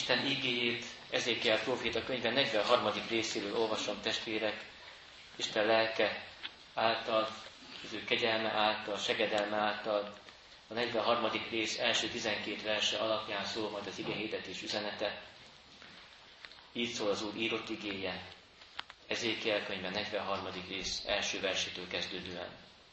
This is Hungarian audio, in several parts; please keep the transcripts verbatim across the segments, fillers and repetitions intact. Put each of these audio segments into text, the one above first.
Isten ígéjét Ezékiel próféta könyve negyvenharmadik részéről olvasom, testvérek, Isten lelke által, az ő kegyelme által, segedelme által, a negyvenharmadik rész első tizenkét verse alapján szól majd az igehirdetés üzenete. Így szól az Úr írott igéje, Ezékiel könyve negyvenharmadik rész első versétől kezdődően.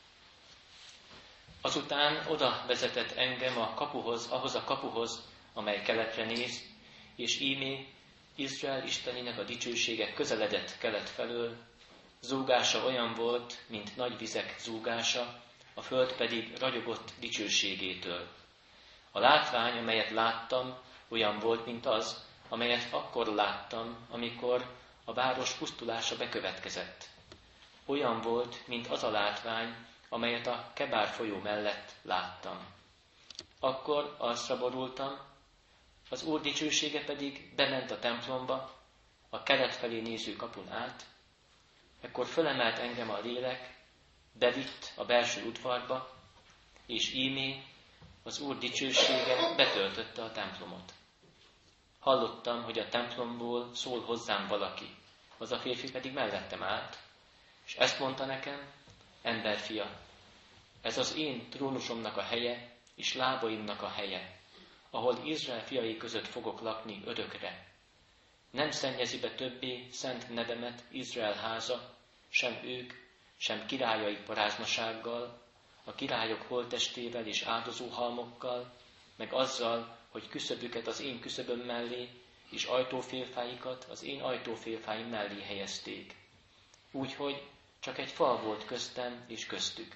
Azután oda vezetett engem a kapuhoz, ahhoz a kapuhoz, amely keletre néz, és ímé Izrael Istenének a dicsősége közeledett kelet felől, zúgása olyan volt, mint nagy vizek zúgása, a föld pedig ragyogott dicsőségétől. A látvány, amelyet láttam, olyan volt, mint az, amelyet akkor láttam, amikor a város pusztulása bekövetkezett. Olyan volt, mint az a látvány, amelyet a Kebár folyó mellett láttam. Akkor arcra borultam, az Úr dicsősége pedig bement a templomba, a kelet felé néző kapun át, ekkor fölemelt engem a lélek, bevitt a belső udvarba, és ímé az Úr dicsősége betöltötte a templomot. Hallottam, hogy a templomból szól hozzám valaki, az a férfi pedig mellettem állt, és ezt mondta nekem, emberfia, ez az én trónusomnak a helye, és lábaimnak a helye, ahol Izrael fiai között fogok lakni örökre. Nem szennyezi be többé szent nevemet Izrael háza, sem ők, sem királyaik paráznasággal, a királyok holttestével és áldozóhalmokkal, meg azzal, hogy küszöbüket az én küszöböm mellé, és ajtófélfáikat az én ajtófélfáim mellé helyezték. Úgyhogy csak egy fal volt köztem és köztük.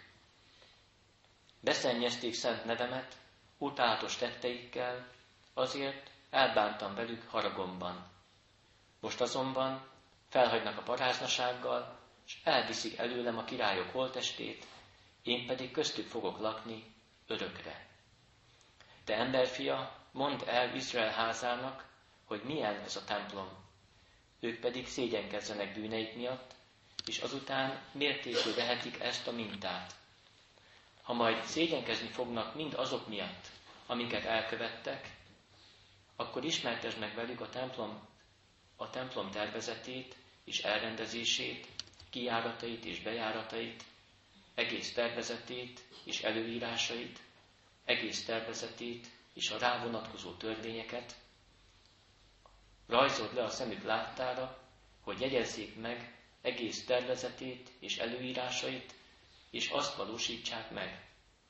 Beszennyezték szent nevemet, utálatos tetteikkel, azért elbántam velük haragomban. Most azonban felhagynak a paráznasággal, és elviszik előlem a királyok holttestét, én pedig köztük fogok lakni örökre. Te emberfia, mondd el Izrael házának, hogy milyen ez a templom. Ők pedig szégyenkezzenek bűneik miatt, és azután mértékű vehetik ezt a mintát. Ha majd szégyenkezni fognak mind azok miatt, amiket elkövettek, akkor ismertesd meg velük a templom, a templom tervezetét és elrendezését, kijáratait és bejáratait, egész tervezetét és előírásait, egész tervezetét és a rá vonatkozó törvényeket. Rajzold le a szemük láttára, hogy jegyezzék meg egész tervezetét és előírásait, és azt valósítsák meg.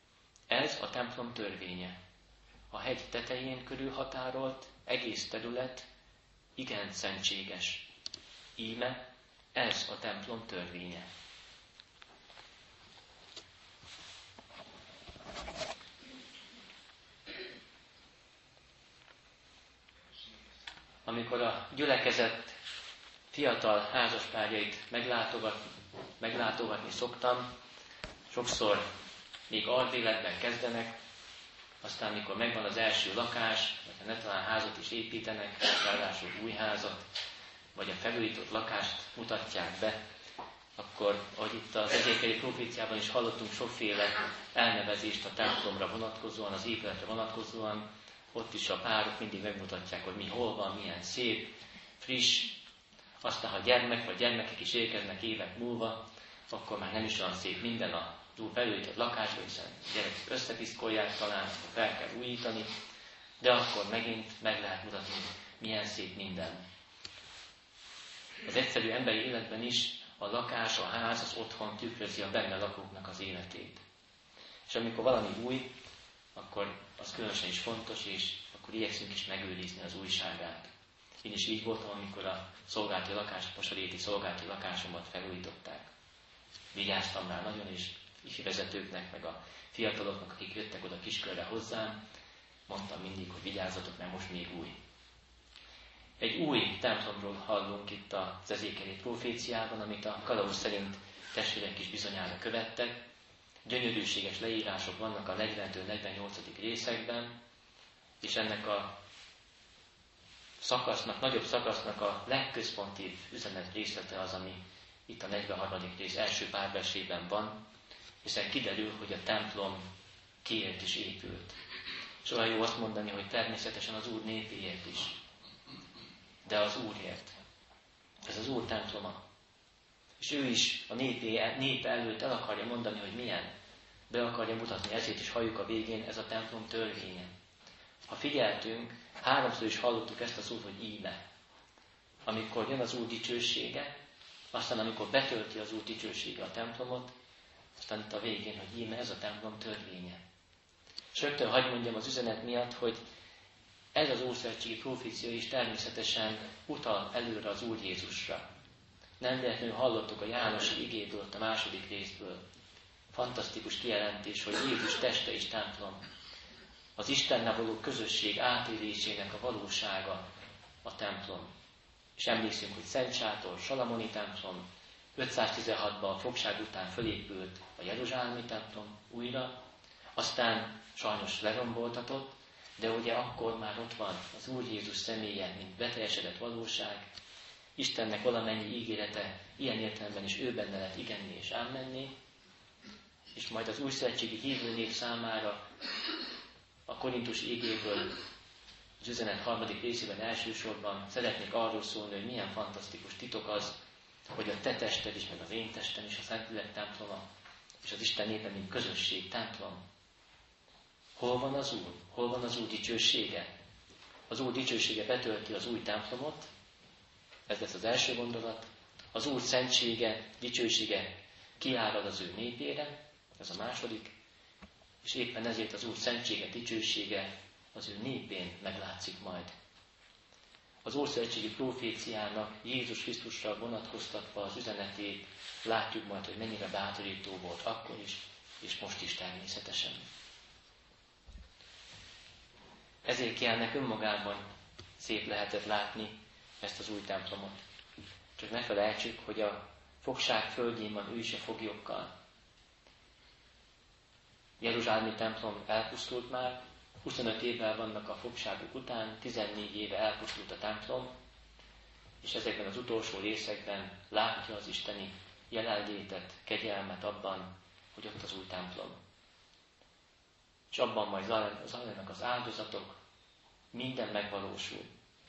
Ez a templom törvénye. A hegy tetején körülhatárolt egész terület igen szentséges. Íme ez a templom törvénye. Amikor a gyülekezet fiatal házaspárjait meglátogatni, meglátogatni szoktam, sokszor még ardéletben kezdenek, aztán mikor megvan az első lakás, vagy ha ne talán házat is építenek, ráadásul új házat, vagy a felújított lakást mutatják be, akkor, ahogy itt az ezékieli proféciában is hallottunk sokféle elnevezést a templomra vonatkozóan, az épületre vonatkozóan, ott is a párok mindig megmutatják, hogy mi hol van, milyen szép, friss. Aztán, ha gyermek vagy gyermekek is érkeznek évek múlva, akkor már nem is olyan szép minden a túl felújított lakásba, hiszen gyerekek összepiszkolják talán, akkor fel kell újítani, de akkor megint meg lehet mutatni, milyen szép minden. Az egyszerű emberi életben is a lakás, a ház, az otthon tükrözi a benne lakóknak az életét. És amikor valami új, akkor az különösen is fontos, és akkor igyekszünk is megőrizni az újságát. Én is így voltam, amikor a szolgálati lakás, a mosaréti szolgálati lakásomat felújították. Vigyáztam rá nagyon, és ifjú vezetőknek, meg a fiataloknak, akik jöttek oda Kiskörre hozzám, mondtam mindig, hogy vigyázzatok, mert most még új. Egy új templomról hallunk itt az ezékieli proféciában, amit a kalauz szerint testvérek is bizonyára követtek. Gyönyörűséges leírások vannak a negyventől negyvennyolcadik részekben, és ennek a szakasznak, nagyobb szakasznak a legközpontibb üzenet részlete az, ami itt a negyvenharmadik rész első pár versében van, hiszen kiderül, hogy a templom kiért is épült. És olyan jó azt mondani, hogy természetesen az Úr népéért is. de az Úrért. Ez az Úr temploma. És ő is a népé, népe előtt el akarja mondani, hogy milyen. Be akarja mutatni, ezért is halljuk a végén, ez a templom törvénye. Ha figyeltünk, háromszor is hallottuk ezt a szót, hogy íme. Amikor jön az Úr dicsősége, aztán amikor betölti az Úr dicsősége a templomot, aztán itt a végén, hogy íme, ez a templom törvénye. És rögtön hadd mondjam az üzenet miatt, hogy ez az ószövetségi profécia is természetesen utal előre az Úr Jézusra. Nem véletlenül hallottuk a Jánosi igéből, a második részből. Fantasztikus kijelentés, hogy Jézus teste és templom. Az Istennel való közösség átélésének a valósága a templom. És emlékszünk, hogy Szent Sátor, Salamoni templom, ötszáztizenhatban a fogság után fölépült a Jeruzsálemi templom újra, aztán sajnos leromboltatott, de ugye akkor már ott van az Úr Jézus személye, mint beteljesedett valóság, Istennek valamennyi ígérete ilyen értelemben is ő benne lett igenni és ámmenni, és majd az újszövetségi hívő nép számára a Korintus ígéből az üzenet harmadik részében elsősorban szeretnék arról szólni, hogy milyen fantasztikus titok az, hogy a te tested is, meg az én testem is a Szentlélek temploma, és az Isten népe, mint közösség, templom. Hol van az Úr? Hol van az Úr dicsősége? Az Úr dicsősége betölti az új templomot, ez lesz az első gondolat. Az Úr szentsége, dicsősége kiárad az ő népére, ez a második, és éppen ezért az Úr szentsége, dicsősége az ő népén meglátszik majd. Az ószövetségi proféciának Jézus Krisztusra vonatkoztatva az üzenetét látjuk majd, hogy mennyire bátorító volt akkor is, és most is természetesen. Ezékielnek önmagában szép lehetett látni ezt az új templomot. Csak ne felejtsük, hogy a fogság földjén van ő is a foglyokkal. Jeruzsálemi templom elpusztult már, huszonöt évvel vannak a fogságuk után, tizennégy éve elpusztult a templom, és ezekben az utolsó részekben látja az isteni jelenlétet, kegyelmet abban, hogy ott az új templom. És abban majd zajlanak az áldozatok, minden megvalósul.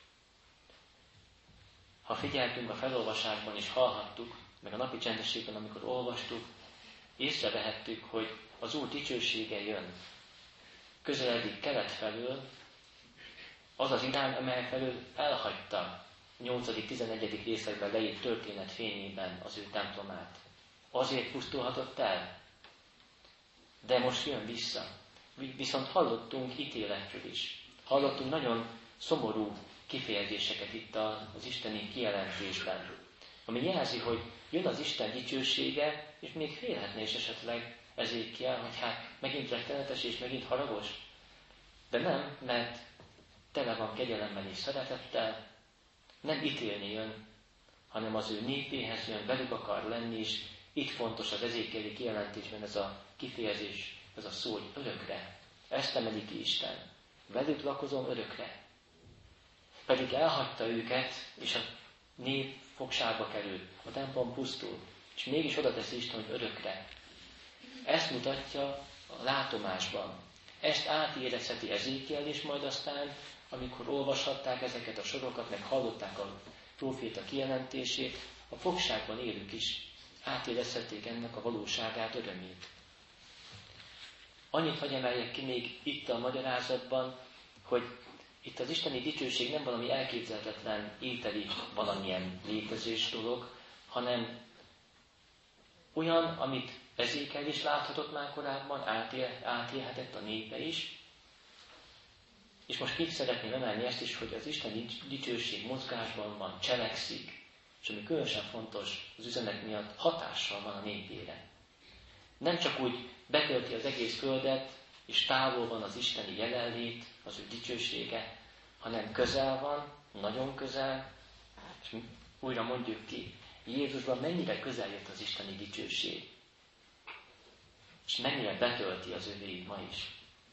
Ha figyeltünk a felolvasásban és hallhattuk, meg a napi csendességben, amikor olvastuk, észrevehettük, hogy az Úr dicsősége jön. Közeledik kelet felől, az az irány, amely felől elhagyta a nyolcadik-tizennegyedik részekben leírt történet fényében az ő templomát. Azért pusztulhatott el, de most jön vissza. Viszont hallottunk ítéletről is. Hallottunk nagyon szomorú kifejezéseket itt az isteni kijelentésben, ami jelzi, hogy jön az Isten dicsősége, és még félhetné is esetleg Ezékiel, hogy hát megint rettenetes és megint haragos. De nem, mert tele van kegyelemmel és szeretettel, nem ítélni jön, hanem az ő népéhez jön, velük akar lenni, és itt fontos az ezékieli kijelentésben ez a kifejezés, ez a szó, hogy örökre. Ezt emeli ki Isten. Velük lakozom örökre. Pedig elhagyta őket, és a nép fogságba kerül, a templom pusztul, és mégis oda teszi Isten, hogy örökre. Ezt mutatja a látomásban. Ezt átérezheti Ezékiel is majd aztán, amikor olvashatták ezeket a sorokat, meg hallották a próféta kijelentését, a fogságban élők is átérezhették ennek a valóságát, örömét. Annyit hagy emeljek ki még itt a magyarázatban, hogy itt az isteni dicsőség nem valami elképzelhetetlen, ételi valamilyen létezés dolog, hanem olyan, amit Ezékiel is láthatott már korábban, átél, átélhetett a népe is. És most ki szeretném emelni ezt is, hogy az isteni dicsőség mozgásban van, cselekszik, és ami különösen fontos az üzenet miatt, hatással van a népére. Nem csak úgy betölti az egész földet, és távol van az isteni jelenlét, az ő dicsősége, hanem közel van, nagyon közel, és újra mondjuk ki, Jézusban mennyire közel jött az isteni dicsőség, és mennyire betölti az övéit ma is.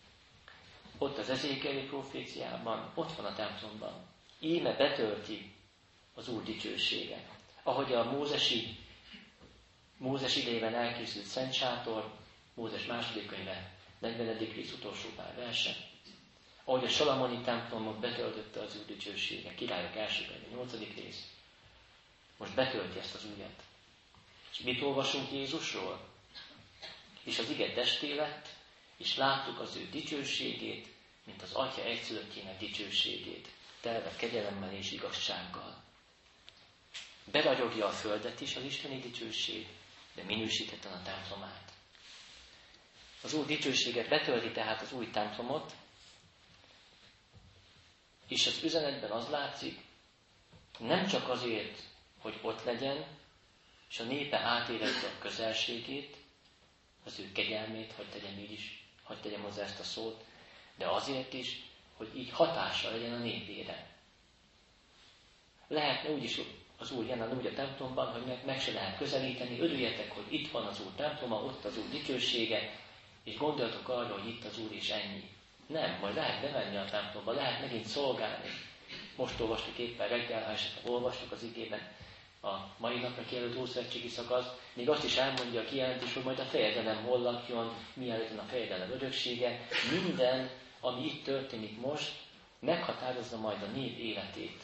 Ott az ezékieli proféciában, ott van a templomban. Íme betölti az Úr dicsősége. Ahogy a mózesi, Mózes idejében elkészült Szent Sátor, Mózes második könyve, negyvenedik rész utolsó pár verse. ahogy a salamoni templomot betöltötte az Úr dicsősége, Királyok első könyve, nyolcadik rész. Most betölti ezt az újat. És mit olvasunk Jézusról? És az ige testé lett, és láttuk az ő dicsőségét, mint az Atya egyszülöttjének dicsőségét, telve kegyelemmel és igazsággal. Beragyogja a földet is az isteni dicsőség, de minősíthetetlen a templomát. Az Úr dicsőséget betölti tehát az új templomot, és az üzenetben az látszik, nem csak azért, hogy ott legyen, és a népe átérezze a közelségét, az ő kegyelmét, hogy tegyem így is, hogy tegyem hozzá ezt a szót, de azért is, hogy így hatása legyen a népére. Lehetne úgy is az Úr jelen úgy a templomban, hogy meg, meg se lehet közelíteni, örüljetek, hogy itt van az Úr temploma, ott az Úr dicsősége, és gondoltok arra, hogy itt az Úr és ennyi. Nem, majd lehet bemenni a templomba, lehet megint szolgálni. Most olvastuk éppen reggel, ha esetleg olvastuk az igében a mai napra kijelölt ószövetségi szakasz, még azt is elmondja a kijelentés, hogy majd a fejedelem hol lakjon, milyen legyen a fejedelem öröksége. Minden, ami itt történik most, meghatározza majd a nép életét.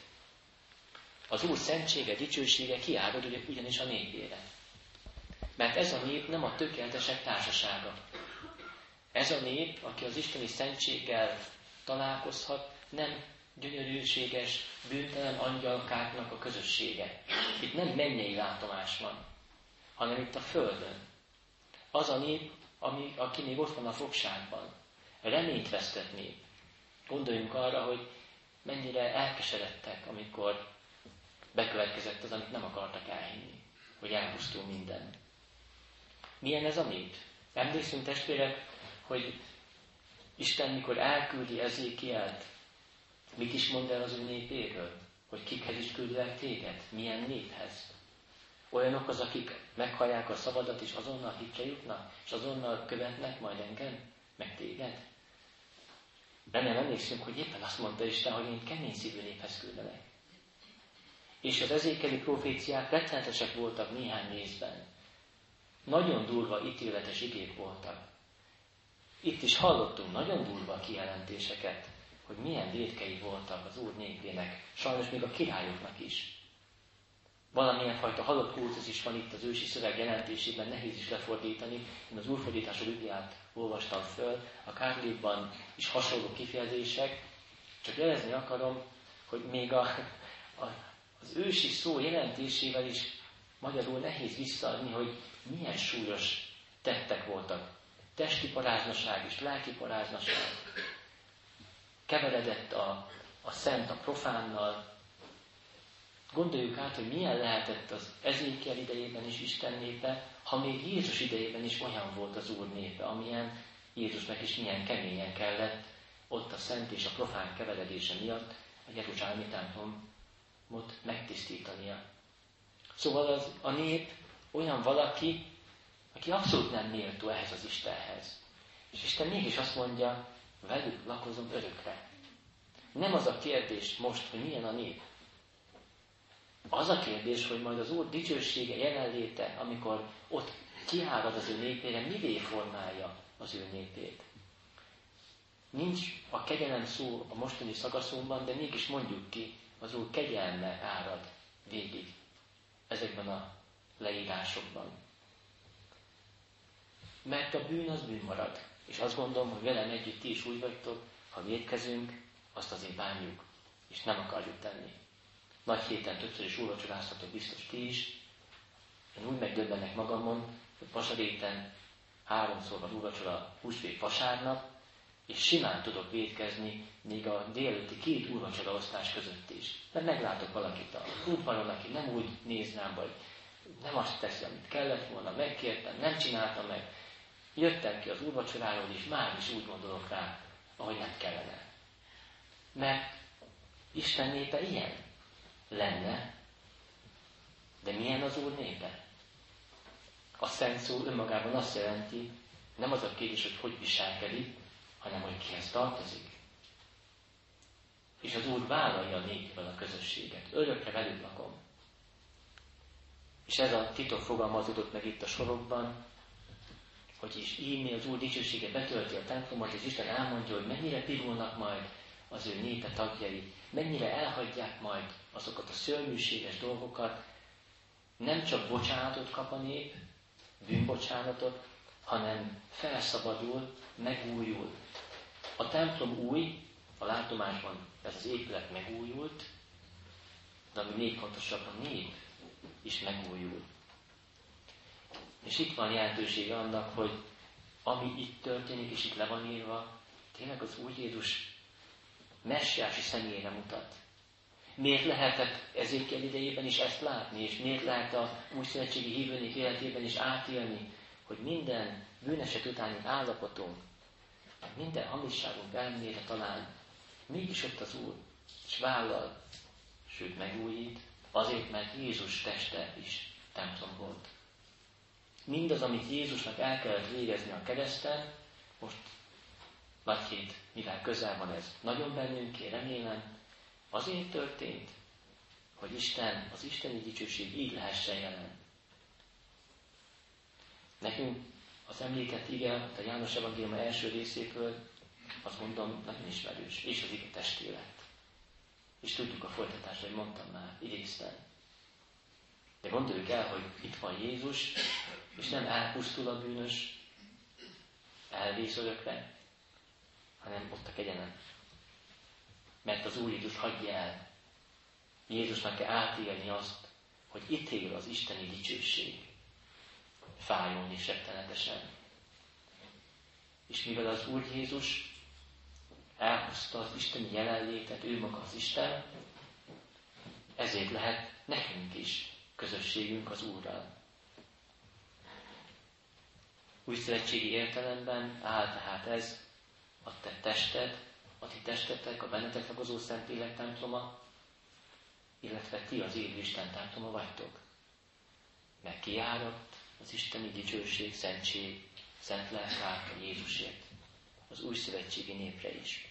Az Úr szentsége, dicsősége kiárad ugyanis a népére. Mert ez a nép nem a tökéletesek társasága. Ez a nép, aki az isteni szentséggel találkozhat, nem gyönyörűséges, bűntelen angyalkáknak a közössége. Itt nem mennyei látomás van, hanem itt a földön. Az a nép, ami, aki még ott van a fogságban. Reményt vesztett nép. Gondoljunk arra, hogy mennyire elkeseredtek, amikor bekövetkezett az, amit nem akartak elhinni, hogy elpusztul minden. Milyen ez a nép? Emlékszünk, testvérek, hogy Isten, mikor elküldi Ezékielt, mit is mond el az ő népéről? Hogy kikhez is küldlek téged? Milyen néphez? Olyanok az, akik meghallják a szavadat, és azonnal hitre jutnak, és azonnal követnek majd engem, meg téged? Benne emlékszünk, hogy éppen azt mondta Isten, hogy én kemény szívű néphez küldenek. És az ezékeli proféciák rettenetesek voltak néhány részben. Nagyon durva, ítéletes igék voltak. Itt is hallottunk nagyon durva kijelentéseket, hogy milyen vétkei voltak az Úr népének, sajnos még a királyoknak is. Valamilyen fajta halott kultusz is van itt az ősi szöveg jelentésében, nehéz is lefordítani. Én az Úrfordítású Bibliát olvastam föl, a Kárlékban is hasonló kifejezések, csak jelezni akarom, hogy még a, a, az ősi szó jelentésével is magyarul nehéz visszaadni, hogy milyen súlyos tettek voltak. Testi paráznaság és lelki paráznaság. Keveredett a, a szent a profánnal. Gondoljuk át, hogy milyen lehetett az Ezékiel idejében is Isten népe, ha még Jézus idejében is olyan volt az Úr népe, amilyen Jézusnak is milyen keményen kellett ott a szent és a profán keveredése miatt a jeruzsálemi templomot megtisztítania. Szóval az, a nép olyan valaki, aki abszolút nem méltó ehhez az Istenhez. És Isten mégis azt mondja, velük lakozom örökre. Nem az a kérdés most, hogy milyen a nép. Az a kérdés, hogy majd az Úr dicsősége jelenléte, amikor ott kiárad az ő népére, mivé formálja az ő népét. Nincs a kegyelem szó a mostani szakaszunkban, de mégis mondjuk ki, az Úr kegyelme árad végig ezekben a leírásokban. Mert a bűn az bűn marad. És azt gondolom, hogy velem együtt ti is úgy vagytok, ha vétkezünk, azt azért bánjuk, és nem akarjuk tenni. Nagy héten többször is úrvacsoráztatok, biztos ti is. Én úgy megdöbbenek magamon, hogy vasaréten háromszor van úrvacsora húsvét vasárnap, és simán tudok vétkezni, még a délelőtti két úrvacsora osztás között is. Mert meglátok valakit a udvaron, aki nem úgy néz rám, vagy nem azt teszi, amit kellett volna, megkértem, nem csináltam meg. Jöttem ki az úrvacsoráról, és már is úgy gondolok rá, ahogy nem kellene. Mert Isten népe ilyen lenne, de milyen az Úr népe? A szent szó önmagában azt jelenti, nem az a kérdés, hogy hogy viselkedik, hanem hogy kihez tartozik. És az Úr vállalja a népével a közösséget. Örökre velük lakom. És ez a titok fogalmazódott meg itt a sorokban. hogy is íme az Úr dicsősége betölti a templomot, és Isten elmondja, hogy mennyire pirulnak majd az ő népe tagjai, mennyire elhagyják majd azokat a szörnyűséges dolgokat, nem csak bocsánatot kap a nép, bűnbocsánatot, hanem felszabadul, megújul. A templom új, a látomásban ez az épület megújult, de ami még fontosabb, a nép is megújul. És itt van jelentősége annak, hogy ami itt történik, és itt le van írva, tényleg az Úr Jézus messiási személyre mutat. Miért lehetett Ezékiel idejében is ezt látni, és miért lehet a új szövetségi hívőnék életében is átélni, hogy minden bűneset utáni állapotunk, minden hamisságunk ellenére talán mégis ott az Úr, és vállal, sőt megújít, azért, mert Jézus teste is templom volt. Mindaz, amit Jézusnak el kellett végezni a kereszten, most nagyhét, mivel közel van ez, nagyon bennünké, remélem, azért történt, hogy Isten, az isteni dicsőség így lehessen jelen. Nekünk az említett ige, a János Evangélium első részéből, azt mondom, nagyon ismerős, és az ige testé lett. És tudjuk a folytatásra, hogy mondtam már, idéztem. De gondoljuk el, hogy itt van Jézus, és nem elpusztul a bűnös, elvész örökre, hanem ott a kegyelem. Mert az Úr Jézus hagyja el. Jézusnak kell átélni azt, hogy itt él az isteni dicsőség. Fájolni is rettenetesen. És mivel az Úr Jézus elhozta az isteni jelenlétet, ő maga az Isten, ezért lehet nekünk is közösségünk az Úrral. Új szövetségi értelemben áll tehát ez a te tested, a ti testetek, a bennetek lagozó Szentlélek temploma, illetve ti az élő Isten temploma vagytok. Mert kiáradt az isteni dicsőség, szentség, szent lelk által Jézusért, az új szövetségi népre is.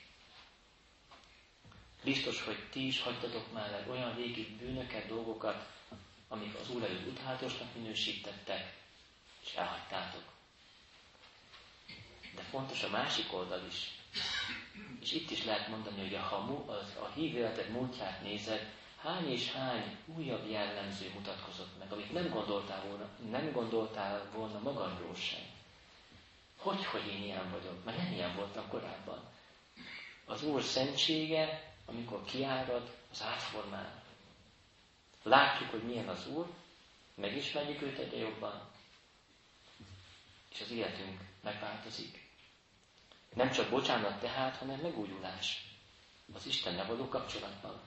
Biztos, hogy ti is hagytatok már meg olyan régi bűnöket, dolgokat, amik az Úr előtt utálatosan minősítettek, és elhagytátok. De fontos a másik oldal is. És itt is lehet mondani, hogy ha a hív életed múltját nézed, hány és hány újabb jellemző mutatkozott meg, amit nem gondoltál volna, nem gondoltál volna magadról sem. Hogy, hogy én ilyen vagyok? Mert nem ilyen voltam korábban. Az Úr szentsége, amikor kiárad, az átformál. Látjuk, hogy milyen az Úr, megismerjük őt egyre jobban, és az életünk megváltozik. Nem csak bocsánat tehát, hanem megújulás az Istennel való kapcsolatban.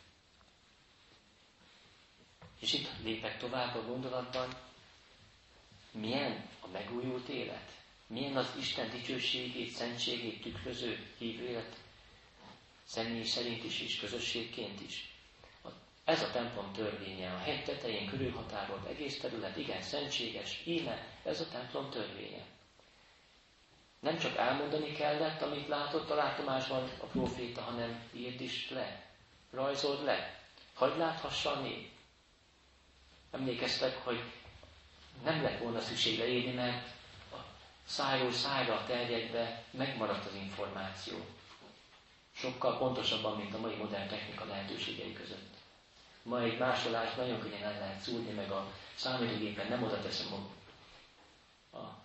És itt lépek tovább a gondolatban, milyen a megújult élet, milyen az Isten dicsőségét, szentségét tükröző hívő élet, személy szerint is, és közösségként is. Ez a templom törvénye, a hegy tetején körülhatárolt egész terület, igen, szentséges, íme, ez a templom törvénye. Nem csak elmondani kellett, amit látott a látomásban a próféta, hanem írd is le, rajzold le, hagyd láthassa a nép. Emlékeztek, hogy nem lett volna szükség leírni, mert a szájról szájra terjedve megmaradt az információ. Sokkal pontosabban, mint a mai modern technika lehetőségei között. Ma egy másolás nagyon könnyen el lehet szúrni, meg a számítógépen nem oda teszem a, a,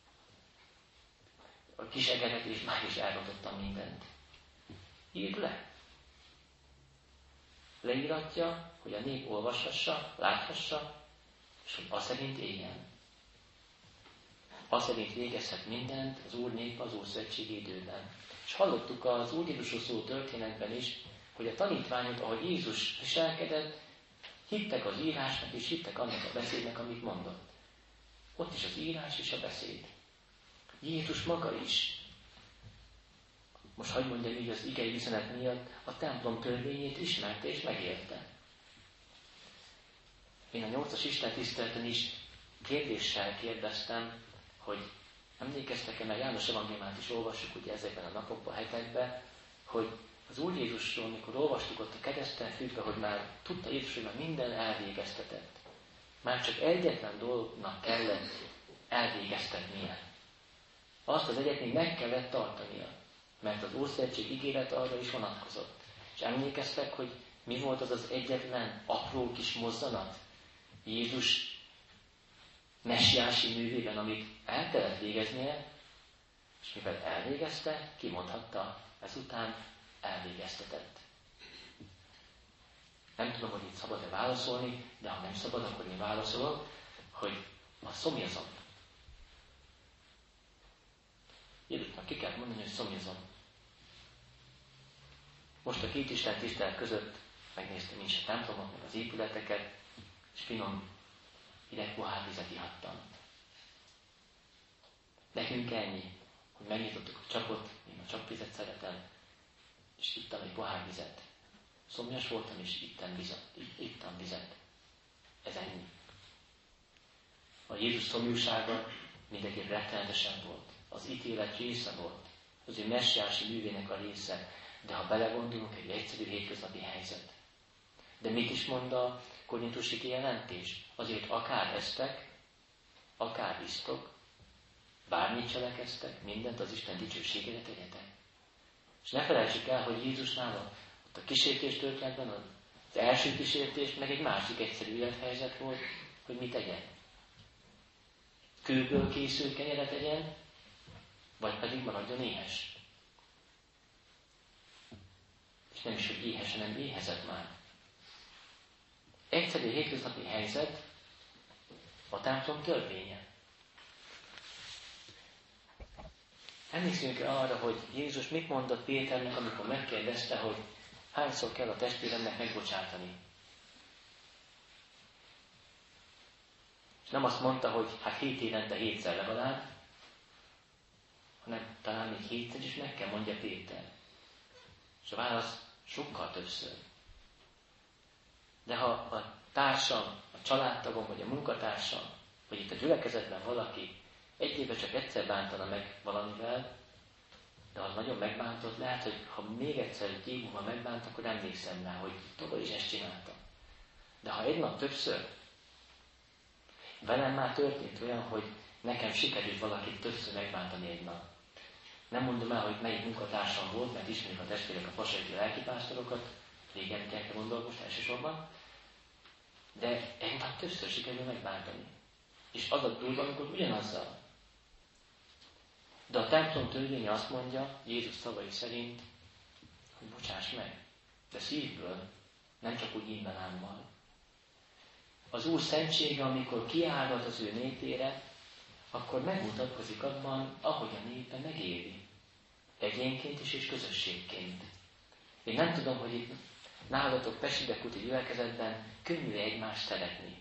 a kis egeret, és már is elrontottam mindent. Írd le! Leíratja, hogy a nép olvashassa, láthassa, és hogy az szerint éljen. Az szerint végezhet mindent az Úr népe az Ószövetségi időben. És hallottuk az Úr Jézusról szóló történetben is, hogy a tanítványok, ahogy Jézus viselkedett, hittek az írásnak, és hittek annak a beszédnek, amit mondott. Ott is az írás és a beszéd. Jézus maga is. Most hagyd mondjam így az igei üzenet miatt, a templom törvényét ismerte és megérte. Én a nyolcas Isten tiszteleten is kérdéssel kérdeztem, hogy emlékeztek-e, mert János Evangéliumát is olvassuk ugye ezekben a napokban, hetekben, hogy az Úr Jézusról, mikor olvastuk ott a kereszten függve, hogy már tudta Jézus, hogy már minden elvégeztetett. Már csak egyetlen dolognak kellett elvégeztetnie. Azt az egyet még meg kellett tartania, mert az Ószövetség ígéret arra is vonatkozott. És emlékeztek, hogy mi volt az az egyetlen apró kis mozzanat Jézus messiási művében, amit el kellett végeznie, és mivel elvégezte, kimondhatta, ezután elvégeztetett. Nem tudom, hogy itt szabad-e válaszolni, de ha nem szabad, akkor én válaszolok, hogy a szomjazom. Jézusnak ki kell mondani, hogy szomjazom. Most a két Isten tisztelet között megnéztem én is a templomot, meg az épületeket, és finom hideg pohárvizet ihattam. Nekünk ennyi, hogy megnyitottuk a csapot, én a csapvizet szeretem, és ittam egy pohárvizet. Szomjas voltam, és ittam vizet. Ittam vizet. Ez ennyi. A Jézus szomjúsága mindenképp rettenetesen volt. Az ítélet része volt. Az ő messiási művének a része. De ha belegondolunk, egy egyszerű hétköznapi helyzet. De mit is mond a korintusi kijelentés? Azért akár esztek, akár isztok, bármit cselekeztek, mindent az Isten dicsőségére tegyetek. És ne felejtsük el, hogy Jézusnál ott a kísértés történetben, az első kísértés, meg egy másik egyszerű élethelyzet volt, hogy mit tegyen. Kőből készült kenyeret tegyen, vagy pedig maradjon éhes. És nem is, hogy éhes, hanem éhezett már. Egyszerű hétköznapi helyzet a templom törvénye. Emlékszünk arra, hogy Jézus mit mondott Péternek, amikor megkérdezte, hogy hányszor kell a testvéremnek megbocsátani. És nem azt mondta, hogy hát hét évente hétszer legalább, hanem talán még hétszer is meg kell, mondja Péter. És a válasz sokkal többször. De ha a társam, a családtagom, vagy a munkatársam, vagy itt a gyülekezetben valaki egy éve csak egyszer bántana meg valamivel, de az nagyon megbántott, lehet, hogy ha még egyszer egy év múlva megbánt, akkor emlékszem rá, hogy tovább is ezt csináltam. De ha egy nap többször, velem már történt olyan, hogy nekem sikerült valakit többször megbántani egy nap. Nem mondom el, hogy melyik munkatársam volt, mert ismerik a testvérek a pasai lelkipásztorokat, régen kell gondolni most elsősorban, de egy nap többször sikerül megbántani. És az a durva, amikor ugyanazzal. De a templom törvénye azt mondja, Jézus szavai szerint, hogy bocsáss meg, de szívből, nem csak úgy imbelámmal. Az Úr szentsége, amikor kiárat az ő népére, akkor megmutatkozik abban, ahogy a népe megéli. Egyénként is és közösségként. Én nem tudom, hogy itt nálatok Pesti-Bekuti gyülekezetben könnyű egymást szeretni.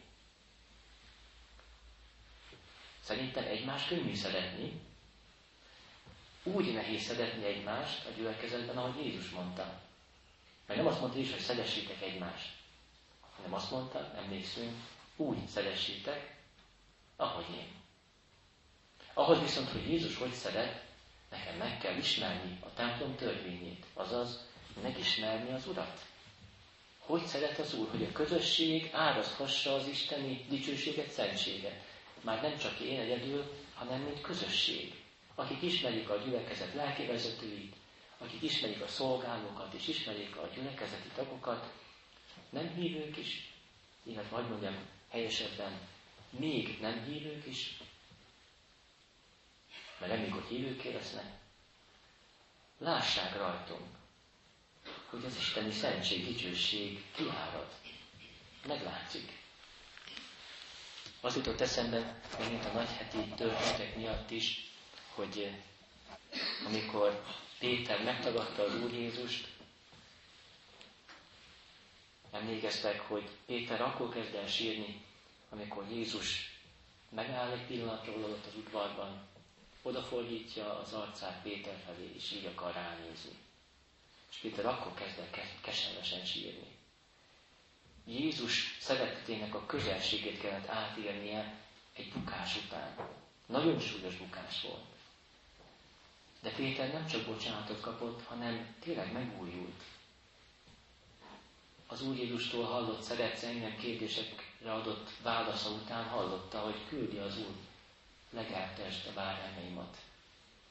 Szerintem egymást könnyű szeretni. Úgy nehéz szeretni egymást a gyülekezetben, ahogy Jézus mondta. Mert nem azt mondta is, hogy szeressétek egymást, hanem azt mondta, emlékszünk, úgy szeressétek, ahogy én. Ahhoz viszont, hogy Jézus hogy szeret, nekem meg kell ismerni a templom törvényét, azaz megismerni az Urat. Hogy szeret az Úr, hogy a közösség árazhassa az isteni dicsőséget, szentséget. Már nem csak én egyedül, hanem mint közösség. Akik ismerik a gyülekezet lelkivezetőit, akik ismerik a szolgálókat, és ismerik a gyülekezeti tagokat, nem hívők is, illetve hogy mondjam helyesebben, még nem hívők is, mert nem mikor hívőké lesznek, lássák rajtunk, hogy az isteni szentség, dicsőség kiárad. Meglátszik. Az jutott eszembe, megint a nagyheti történetek miatt is, hogy amikor Péter megtagadta az Úr Jézust, emlékeztek, hogy Péter akkor kezd el sírni, amikor Jézus megáll egy pillanatra ott az udvarban, odafordítja az arcát Péter felé, és így akar ránézni. És Péter akkor kezd el keservesen sírni. Jézus szeretetének a közelségét kellett átélnie egy bukás után. Nagyon súlyos bukás volt. De Péter nem csak bocsánatot kapott, hanem tényleg megújult. Az Úr Jézustól hallott szeretsz engem kérdésekre adott válasza után hallotta, hogy küldi az Úr, legeltesd a bárányaimat.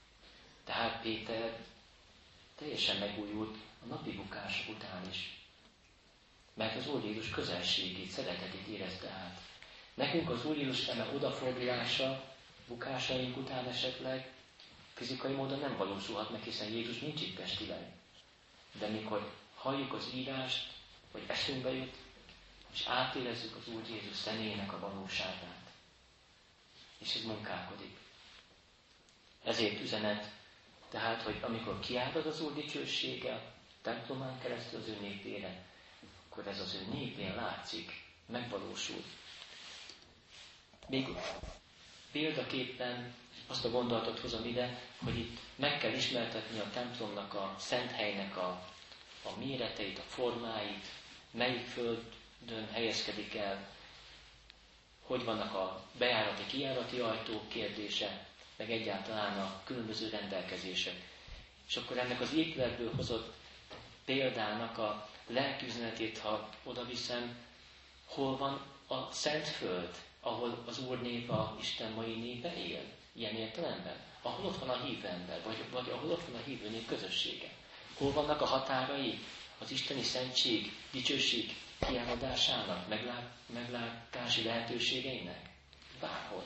Tehát Péter teljesen megújult a napi bukás után is. Mert az Úr Jézus közelségét, szeretetét érezte át. Nekünk az Úr Jézus eme odafordulása, bukásaink után esetleg fizikai módon nem valósulhat meg, hiszen Jézus nincs itt testileg. De mikor halljuk az írást, vagy eszünkbe jut, és átérezzük az Úr Jézus személyének a valóságát. És ez munkálkodik. Ezért üzenet, tehát, hogy amikor kiárad az Úr dicsősége templomán keresztül az ő népére, akkor ez az ő népén látszik, megvalósul. Még példaképpen azt a gondolatot hozom ide, hogy itt meg kell ismertetni a templomnak, a szent helynek a, a méreteit, a formáit, melyik földön helyezkedik el, hogy vannak a bejárati, kijárati ajtók kérdése, meg egyáltalán a különböző rendelkezések. És akkor ennek az épületből hozott példának a lelkiüzenetét, ha oda viszem, hol van a szent föld, ahol az Úr népe, a Isten mai népe él, ilyen értelemben. Ahol ott van a hívő ember, vagy, vagy ahol ott van a hívő nép közössége. Hol vannak a határai az isteni szentség, dicsőség kiálladásának, meglát, meglátási lehetőségeinek? Bárhol.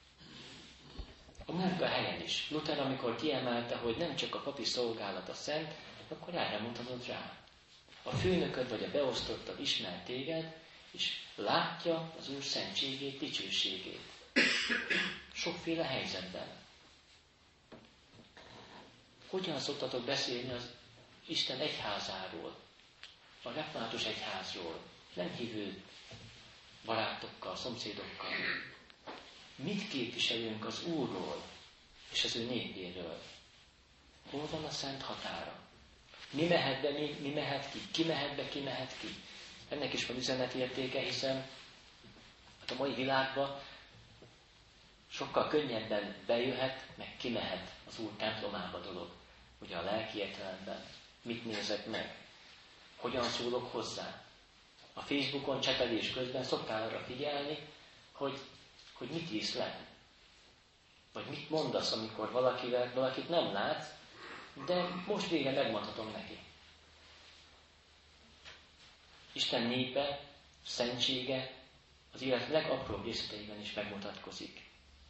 A munkahelyen is. Luther, amikor kiemelte, hogy nem csak a papi szolgálat a szent, akkor erre mutatott rá. A főnököd vagy a beosztottad ismer téged, és látja az Úr szentségét, dicsőségét. Sokféle helyzetben. Hogyan szoktatok beszélni az Isten egyházáról, a református egyházról, nem hívő barátokkal, szomszédokkal? Mit képviselünk az Úrról és az ő népéről? Hol van a szent határa? Mi mehet be, mi, mi mehet ki? Ki mehet be, ki mehet ki? Ennek is van üzenetértéke, hiszen hát a mai világban sokkal könnyebben bejöhet, meg kimehet az Úr templomába dolog. Ugye a lelki értelemben. Mit nézek meg? Hogyan szólok hozzá? A Facebookon csetelés közben szoktál arra figyelni, hogy, hogy mit írsz le. Vagy mit mondasz, amikor valakivel, valakit nem látsz, de most végre megmondhatom neki. Isten népe, szentsége az élet legapróbb részleteiben is megmutatkozik.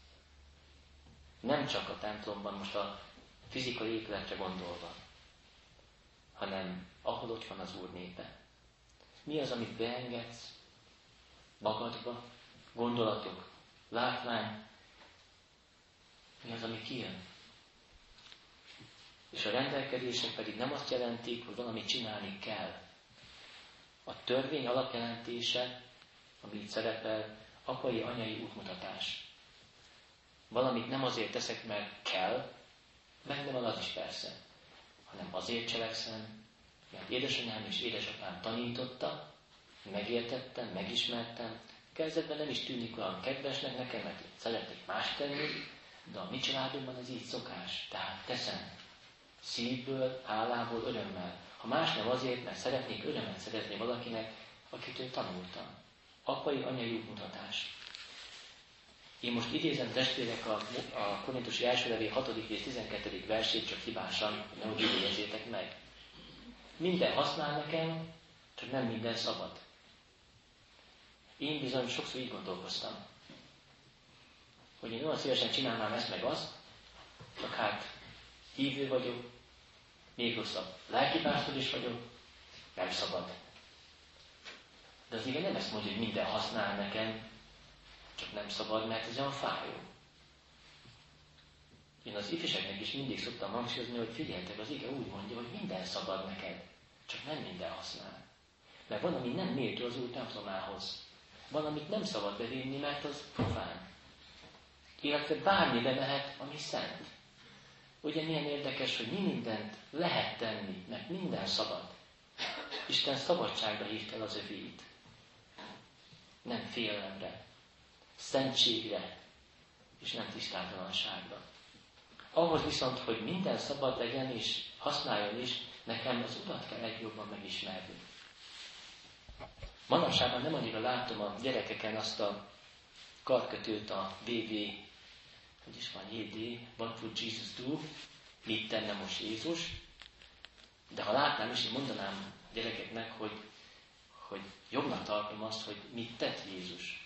Nem csak a templomban, most a fizikai épületre gondolva, hanem ahol ott van az Úr népe. Mi az, amit beengedsz magadba, gondolatok, látvány, mi az, ami kijön? És a rendelkezések pedig nem azt jelentik, hogy valamit csinálni kell. A törvény alapjelentése, ami itt szerepel, apai, anyai útmutatás. Valamit nem azért teszek, mert kell, meg nem az is persze, hanem azért cselekszem, mert édesanyám és édesapám tanította, megértettem, megismertem, kezdetben nem is tűnik olyan kedvesnek nekem, mert szeretnék más tenni, de a mi családunkban ez így szokás, tehát teszem. Szívből, hálából, örömmel. Ha más nem azért, mert szeretnék örömet szerezni valakinek, akitől tanultam. Apai, anyai útmutatás. Én most idézem testvérek a, a Korintusi első levél hatodik és tizenkettedik versét, csak hibásan, nem úgy idézzétek meg. Minden használ nekem, csak nem minden szabad. Én bizony sokszor így gondolkoztam, hogy én olyan szívesen csinálnám ezt meg azt, csak hát hívő vagyok, még rosszabb, lelkipásztor is vagyok, nem szabad. De az igen nem ezt mondja, hogy minden használ nekem, csak nem szabad, mert ez olyan fájó. Én az ifjúságnak is mindig szoktam hangsúlyozni, hogy figyeljetek, az ige úgy mondja, hogy minden szabad neked, csak nem minden használ. Mert van, ami nem méltó az Úr templomához. Van, amit nem szabad bevinni, mert az profán. Illetve bármi bemehet, ami szent. Ugye milyen érdekes, hogy mi mindent lehet tenni, mert minden szabad. Isten szabadságra hívta el az övéit. Nem félelemre, szentségre, és nem tisztátalanságra. Ahhoz viszont, hogy minden szabad legyen és használjon is, nekem az Urat kell legjobban megismerni. Manapságban nem annyira látom a gyerekeken azt a karkötőt, a vé vé, hogy is van, jé dé, What would Jesus do? mit tenne most Jézus, de ha látnám is, én mondanám a gyerekeknek, hogy, hogy jobbnak tartom azt, hogy mit tett Jézus.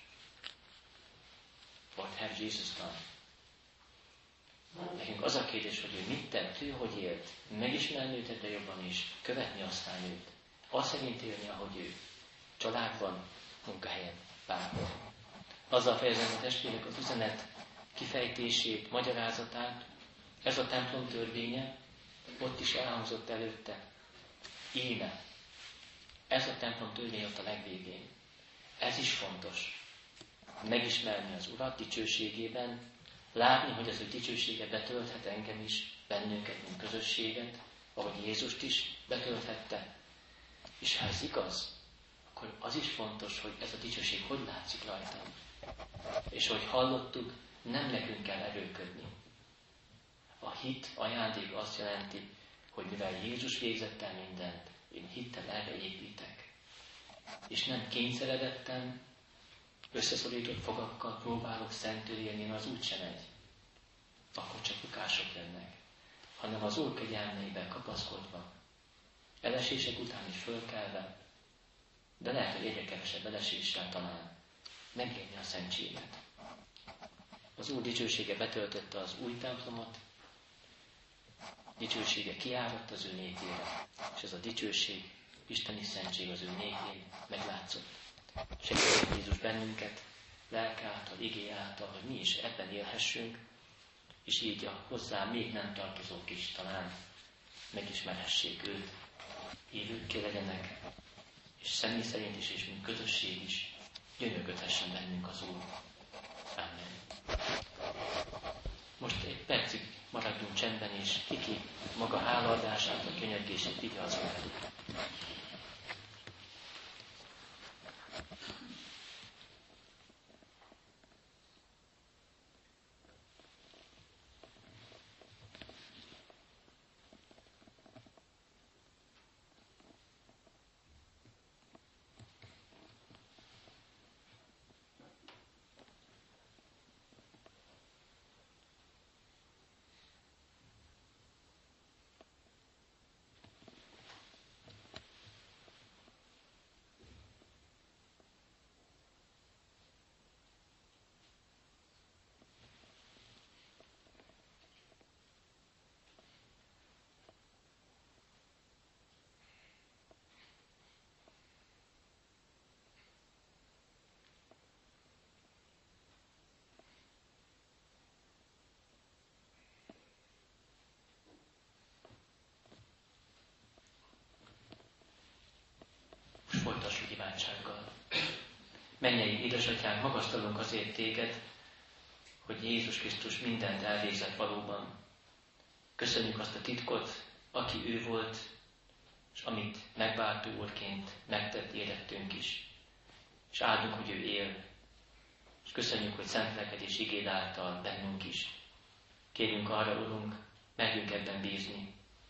What have Jesus done? Nekünk az a kérdés, hogy ő mit tett, ő hogy élt, megismerni őt egyre jobban is, követni aztán őt. Azt szerint élni, ahogy ő. Családban, munkahelyen, bárhol. Azzal fejezem a testvérek az üzenet kifejtését, magyarázatát. Ez a templom törvénye, ott is elhangzott előtte. Íme. Ez a templom törvény ott a legvégén. Ez is fontos. Megismerni az Urat dicsőségében, látni, hogy az ő dicsősége betölthet engem is, bennünket, mint közösséget, ahogy Jézust is betölthette. És ha ez igaz, akkor az is fontos, hogy ez a dicsőség hogy látszik rajtam. És hogy hallottuk, nem nekünk kell erőködni. A hit ajándék azt jelenti, hogy mivel Jézus végzett el mindent, én hittel erre építek. És nem kényszeredetten, összeszorított fogakkal próbálok szentül élni, az úgy sem megy. Akkor csak bukások jönnek. Hanem az Úr kegyelmeiben kapaszkodva, elesések után is fölkelve, de lehet, hogy egyre kevesebb eleséssel talán megérni a szentséget. Az Úr dicsősége betöltötte az új templomot, dicsősége kiáradt az ő népére, és ez a dicsőség, isteni szentség az ő népén meglátszott. Segítsen Jézus bennünket, lelke által, igé által, hogy mi is ebben élhessünk, és így a hozzá még nem tartozók is talán megismerhessék őt, élőkké legyenek, és személy szerint is, és mint közösség is gyönyörködhessen bennünk az Úr. Amen. Most egy percig maradjunk csendben, és kiki maga hálaadását, vagy könyörgését vigye az Úr. Folytassuk imádsággal. Mennyei édesatyánk, magasztalunk azért téged, hogy Jézus Krisztus mindent elvégzett valóban. Köszönjük azt a titkot, aki ő volt, és amit megváltó úrként megtett érettünk is. És áldunk, hogy ő él, és köszönjük, hogy szent lelked és igéd által bennünk is. Kérjünk arra, Urunk, merjünk ebben bízni.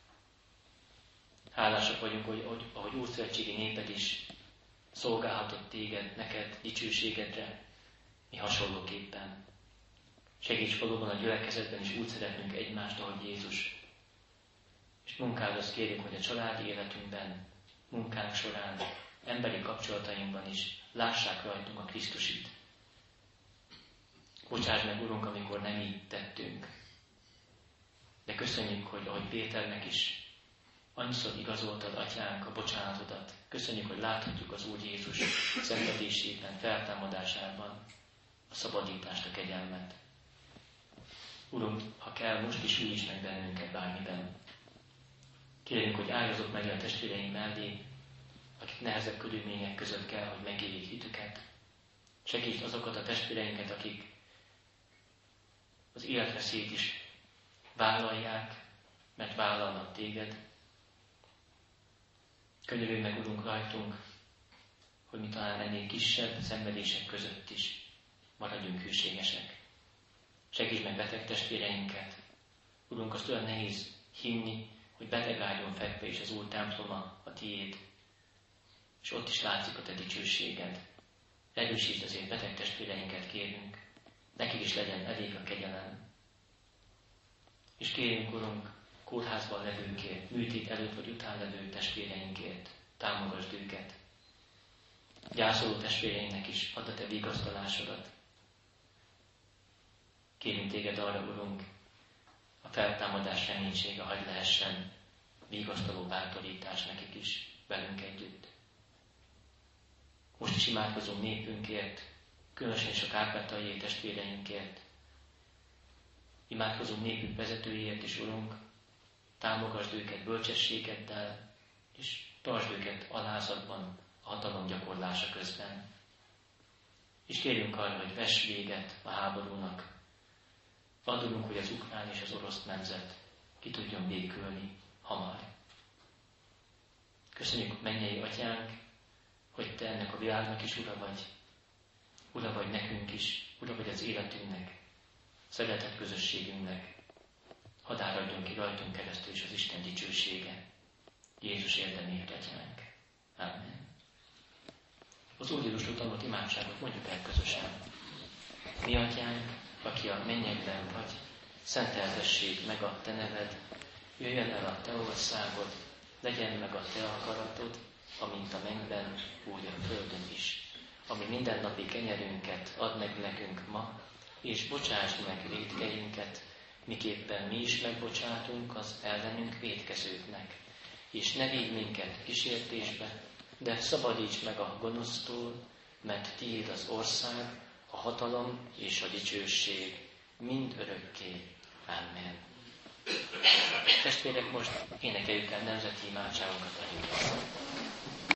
Hálásak vagyunk, hogy, hogy ahogy ószövetségi néped is szolgálhatott téged, neked, dicsőségedre, mi hasonlóképpen. Segíts valóban a gyülekezetben is úgy szeretnünk egymást, ahogy Jézus. És munkád azt kérjük, hogy a családi életünkben, munkánk során, emberi kapcsolatainkban is lássák rajtunk a Krisztusit. Bocsáss meg, Urunk, amikor nem így tettünk. De köszönjük, hogy ahogy Péternek is annyiszor igazoltad, Atyánk, a bocsánatodat. Köszönjük, hogy láthatjuk az Úr Jézus szenvedésében, feltámadásában a szabadítást, a kegyelmet. Urunk, ha kell, most is úgy is meg bennünket bármiben. Kérjünk, hogy álljatok meg a testvéreink mellé, akik nehezebb körülmények között kell, hogy megéljék hitüket. Segítsd azokat a testvéreinket, akik az életveszélyt is vállalják, mert vállalnak téged. Könyörülj meg, Urunk, rajtunk, hogy mi talán ennél kisebb szenvedések között is maradjunk hűségesek. Segíts meg beteg testvéreinket. Urunk, azt olyan nehéz hinni, hogy beteg ágyon fekve és az Úr temploma a tiéd, és ott is látszik a te dicsőséged. Erősítsd azért beteg testvéreinket, kérünk, nekik is legyen elég a kegyelem. És kérünk, Urunk, kórházban levőkért, műtét előtt vagy után levő testvéreinkért, támogasd őket. Gyászoló testvéreinknek is add a te vigasztalásodat. Kérünk téged arra, Urunk, a feltámadás reménysége hagy lehessen vigasztaló bátorítás nekik is velünk együtt. Most is imádkozunk népünkért, különösen is a kárpátaljai testvéreinkért. Imádkozunk népünk vezetőiért is, Urunk, támogasd őket bölcsességeddel, és tartsd őket alázatban a hatalom gyakorlása közben. És kérjünk arra, hogy vess véget a háborúnak. Adulunk, hogy az ukrán és az orosz nemzet ki tudjon békülni hamar. Köszönjük, mennyei Atyánk, hogy Te ennek a világnak is Ura vagy. Ura vagy nekünk is, Ura vagy az életünknek, szeretett közösségünknek. Hadd áradjon ki rajtunk keresztül is az Isten dicsősége. Jézus érdemért, Atyánk. Amen. Az Úr Jézusról tanult imádságot mondjuk el közösen. Mi, Atyánk, aki a mennyekben vagy, szenteltessék meg a Te neved, jöjjön el a Te országod, legyen meg a Te akaratod, amint a mennyben, úgy a földön is. Ami mindennapi kenyerünket add meg nekünk ma, és bocsásd meg vétkeinket, miképpen mi is megbocsátunk az ellenünk vétkezőknek. És ne vigy minket kísértésbe, de szabadíts meg a gonosztól, mert tiéd az ország, a hatalom és a dicsőség mind örökké. Amen. Testvérek, most énekeljük el nemzeti imádságunkat a